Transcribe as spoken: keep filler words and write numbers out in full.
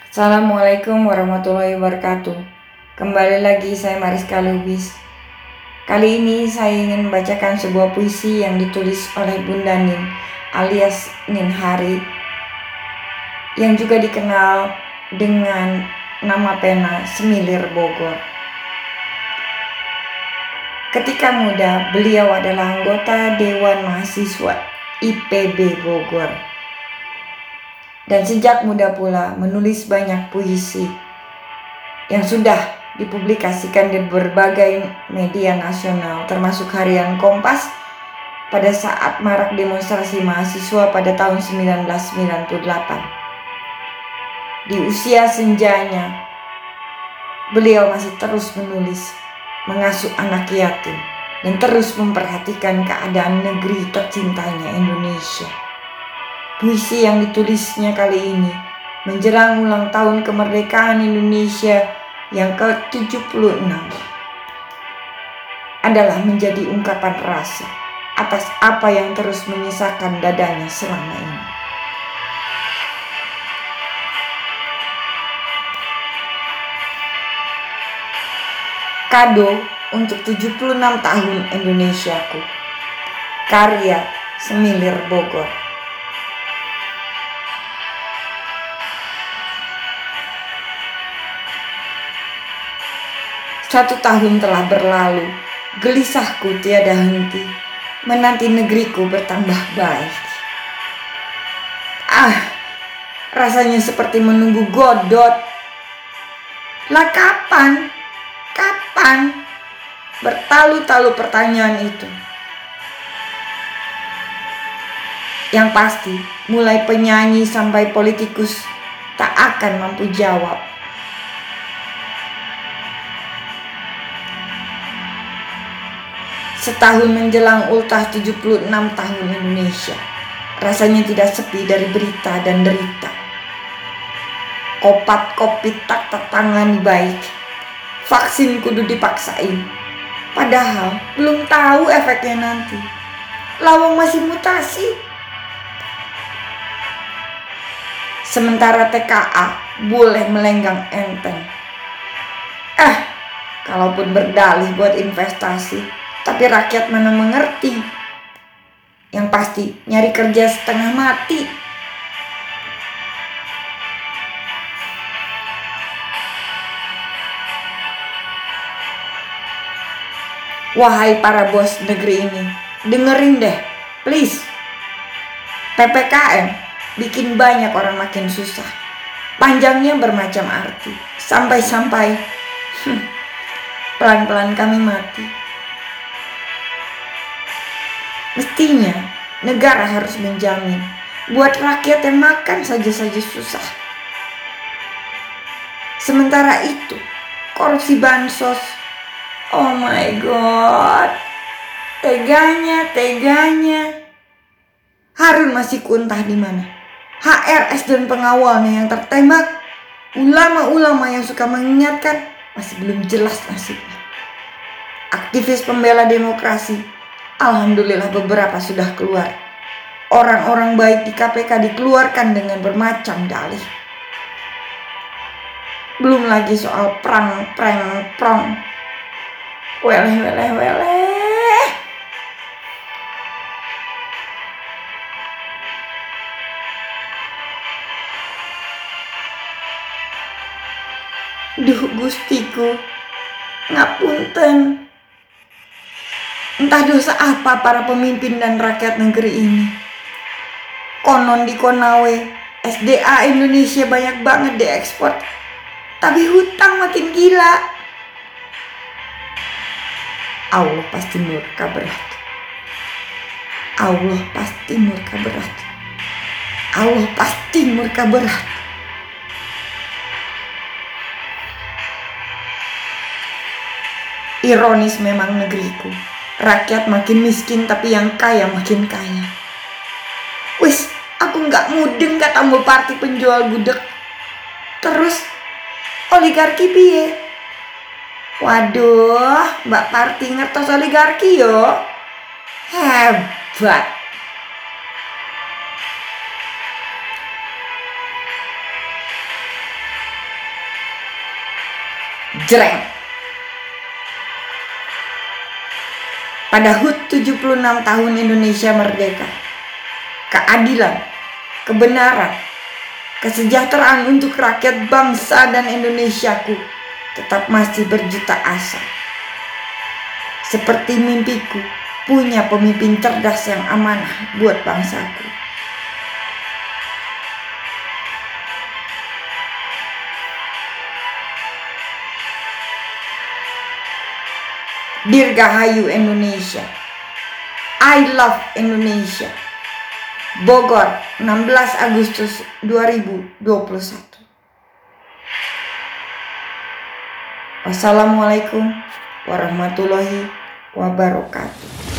Assalamualaikum warahmatullahi wabarakatuh. Kembali lagi saya Mariska Lubis. Kali ini saya ingin membacakan sebuah puisi yang ditulis oleh Bunda Nin alias Nin Hari, yang juga dikenal dengan nama pena Semilir Bogor. Ketika muda, beliau adalah anggota Dewan Mahasiswa I P B Bogor. Dan sejak muda pula menulis banyak puisi yang sudah dipublikasikan di berbagai media nasional, termasuk harian Kompas pada saat marak demonstrasi mahasiswa pada tahun sembilan belas sembilan puluh delapan. Di usia senjanya, beliau masih terus menulis, mengasuh anak yatim, dan terus memperhatikan keadaan negeri tercintanya Indonesia. Puisi yang ditulisnya kali ini menjelang ulang tahun kemerdekaan Indonesia yang ke tujuh puluh enam adalah menjadi ungkapan rasa atas apa yang terus menyisakan dadanya selama ini. Kado untuk tujuh puluh enam tahun Indonesiaku. Karya Semilir Bogor. Satu tahun telah berlalu, gelisahku tiada henti, menanti negeriku bertambah baik. Ah, rasanya seperti menunggu Godot. Lah kapan? Kapan? Bertalu-talu pertanyaan itu. Yang pasti, mulai penyanyi sampai politikus tak akan mampu jawab. Setahun menjelang ultah tujuh puluh enam tahun Indonesia, rasanya tidak sepi dari berita dan derita. Kopat kopit tak tertangani baik, vaksin kudu dipaksain, padahal belum tahu efeknya nanti. Lawang masih mutasi. Sementara T K A boleh melenggang enteng. Eh, kalaupun berdalih buat investasi, tapi rakyat mana mengerti. Yang pasti nyari kerja setengah mati. Wahai para bos negeri ini, dengerin deh, please. P P K M bikin banyak orang makin susah. Panjangnya bermacam arti. Sampai-sampai hmm, pelan-pelan kami mati. Mestinya negara harus menjamin buat rakyat yang makan saja-saja susah. Sementara itu, korupsi bansos, oh my god, teganya, teganya. Harun Masiku entah di mana. H R S dan pengawalnya yang tertembak, ulama-ulama yang suka mengingatkan, masih belum jelas nasibnya. Aktivis pembela demokrasi, alhamdulillah beberapa sudah keluar. Orang-orang baik di K P K dikeluarkan dengan bermacam dalih. Belum lagi soal prang, preng, prong. Weleh, weleh, weleh. Duh gustiku, ngapunten. Entah dosa apa para pemimpin dan rakyat negeri ini. Konon di Konawe, S D A Indonesia banyak banget diekspor, tapi hutang makin gila. Allah pasti murka berat. Allah pasti murka berat. Allah pasti murka berat. Ironis memang negeriku. Rakyat makin miskin tapi yang kaya makin kaya. Wis, aku nggak mudeng kata Mbak Parti penjual gudeg. Terus oligarki piye? Waduh, Mbak Parti ngertos oligarki yo. Hebat. Jreng. Pada H U T tujuh puluh enam tahun Indonesia merdeka, keadilan, kebenaran, kesejahteraan untuk rakyat bangsa dan Indonesiaku tetap masih berjuta asa. Seperti mimpiku punya pemimpin cerdas yang amanah buat bangsaku. Dirgahayu Indonesia. I love Indonesia. Bogor, enam belas Agustus dua ribu dua puluh satu. Wassalamualaikum warahmatullahi wabarakatuh.